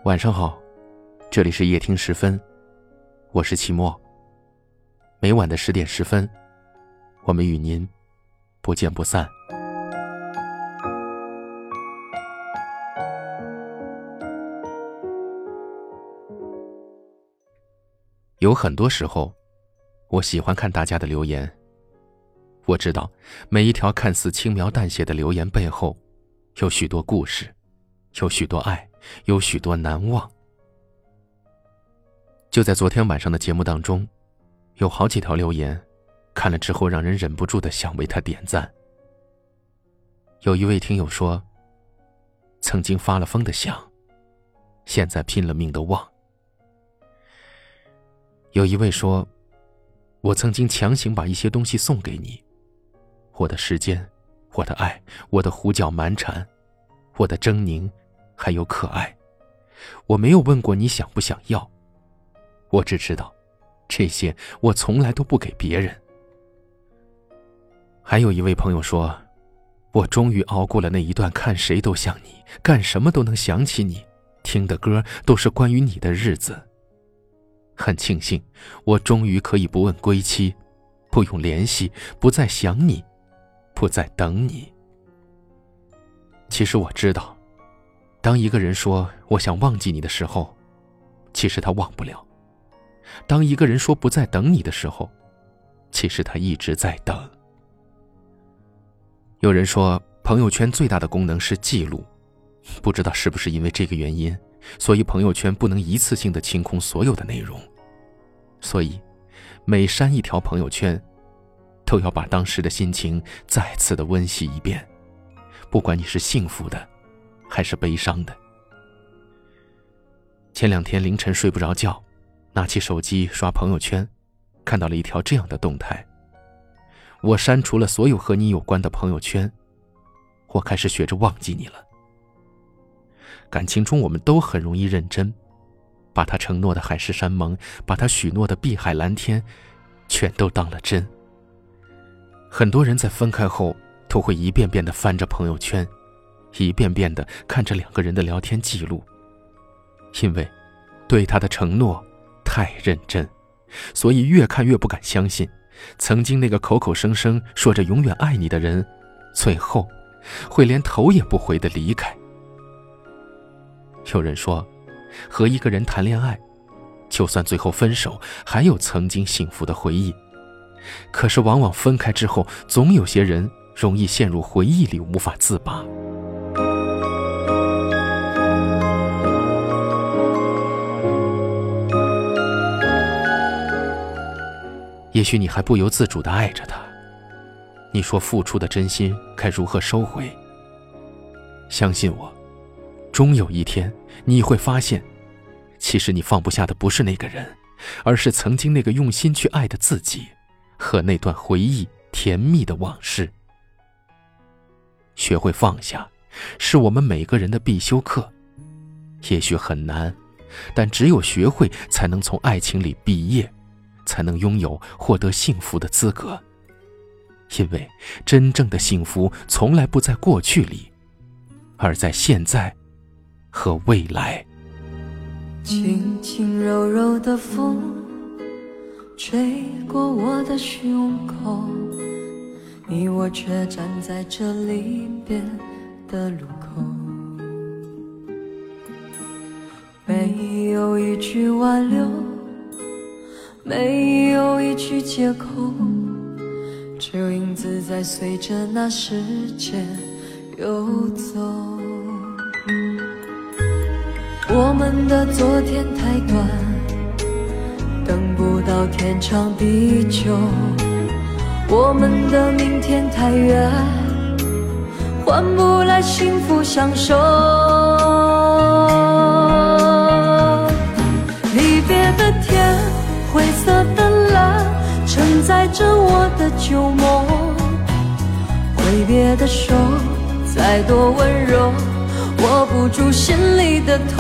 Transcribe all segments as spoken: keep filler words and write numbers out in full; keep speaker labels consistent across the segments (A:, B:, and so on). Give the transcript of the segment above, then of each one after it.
A: 晚上好，这里是夜听十分，我是齐墨。每晚的十点十分，我们与您不见不散。有很多时候，我喜欢看大家的留言。我知道每一条看似轻描淡写的留言背后，有许多故事，有许多爱，有许多难忘。就在昨天晚上的节目当中，有好几条留言，看了之后让人忍不住的想为他点赞。有一位听友说，曾经发了疯的想，现在拼了命的忘。有一位说，我曾经强行把一些东西送给你，我的时间，我的爱，我的胡搅蛮缠，我的狰狞，还有可爱。我没有问过你想不想要，我只知道这些我从来都不给别人。还有一位朋友说，我终于熬过了那一段看谁都像你，干什么都能想起你，听的歌都是关于你的日子。很庆幸，我终于可以不问归期，不用联系，不再想你，不再等你。其实我知道，当一个人说我想忘记你的时候，其实他忘不了。当一个人说不再等你的时候，其实他一直在等。有人说朋友圈最大的功能是记录，不知道是不是因为这个原因，所以朋友圈不能一次性的清空所有的内容，所以每删一条朋友圈都要把当时的心情再次的温习一遍，不管你是幸福的还是悲伤的。前两天凌晨睡不着觉，拿起手机刷朋友圈，看到了一条这样的动态，我删除了所有和你有关的朋友圈，我开始学着忘记你了。感情中我们都很容易认真，把他承诺的海誓山盟，把他许诺的碧海蓝天全都当了真。很多人在分开后都会一遍遍地翻着朋友圈，一遍遍地看着两个人的聊天记录，因为对他的承诺太认真，所以越看越不敢相信，曾经那个口口声声说着永远爱你的人，最后会连头也不回地离开。有人说，和一个人谈恋爱，就算最后分手，还有曾经幸福的回忆。可是往往分开之后，总有些人容易陷入回忆里无法自拔。也许你还不由自主地爱着他，你说付出的真心该如何收回？相信我，终有一天你会发现，其实你放不下的不是那个人，而是曾经那个用心去爱的自己，和那段回忆甜蜜的往事。学会放下，是我们每个人的必修课。也许很难，但只有学会，才能从爱情里毕业，才能拥有获得幸福的资格。因为真正的幸福从来不在过去里，而在现在和未来。
B: 轻轻柔柔的风吹过我的胸口，你我却站在这离别的路口，没有一句挽留，没有一句借口，只有影子在随着那时间游走。我们的昨天太短，等不到天长地久，我们的明天太远，换不来幸福相守。离别的天，灰色的蓝，承载着我的旧梦。挥别的手，再多温柔，握不住心里的痛。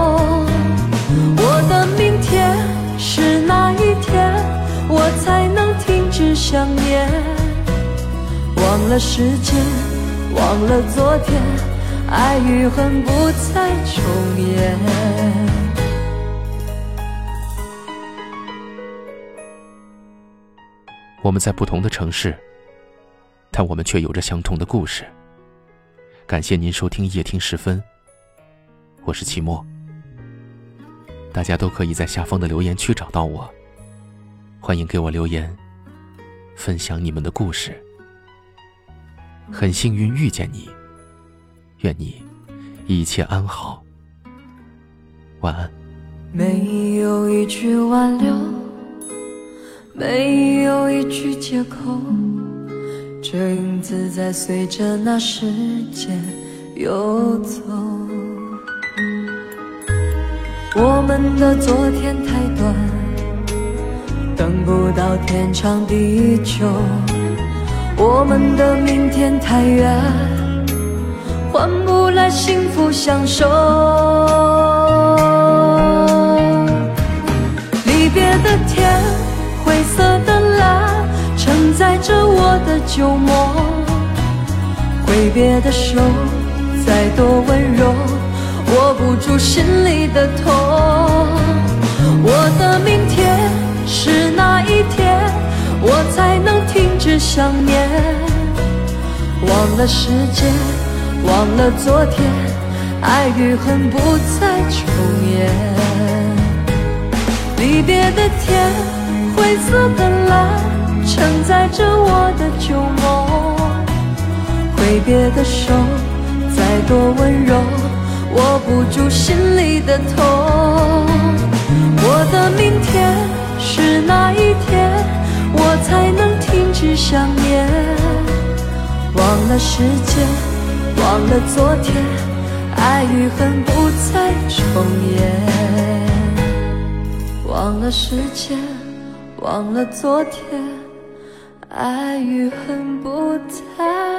B: 我的明天是哪一天，我才能停止想念？忘了时间，忘了昨天， 爱与恨不再重演。
A: 我们在不同的城市，但我们却有着相同的故事。感谢您收听夜听时分，我是齐墨。大家都可以在下方的留言区找到我，欢迎给我留言，分享你们的故事。很幸运遇见你，愿你一切安好，晚安。
B: 没有一句挽留，没有一句借口，这影子在随着那时间游走。我们的昨天太短，等不到天长地久，我们的明天太远，换不来幸福相守。离别的天，灰色的蓝，承载着我的旧梦。挥别的手，再多温柔，握不住心里的痛。我的明天是哪一天，我才能停止想念？忘了时间，忘了昨天，爱与恨不再重演。离别的天，灰色的蓝，承载着我的旧梦。挥别的手，再多温柔，握不住心里的痛。我的明天是哪一天，我才能停止想念？忘了时间，忘了昨天，爱与恨不再重演。忘了时间，忘了昨天，爱与恨不再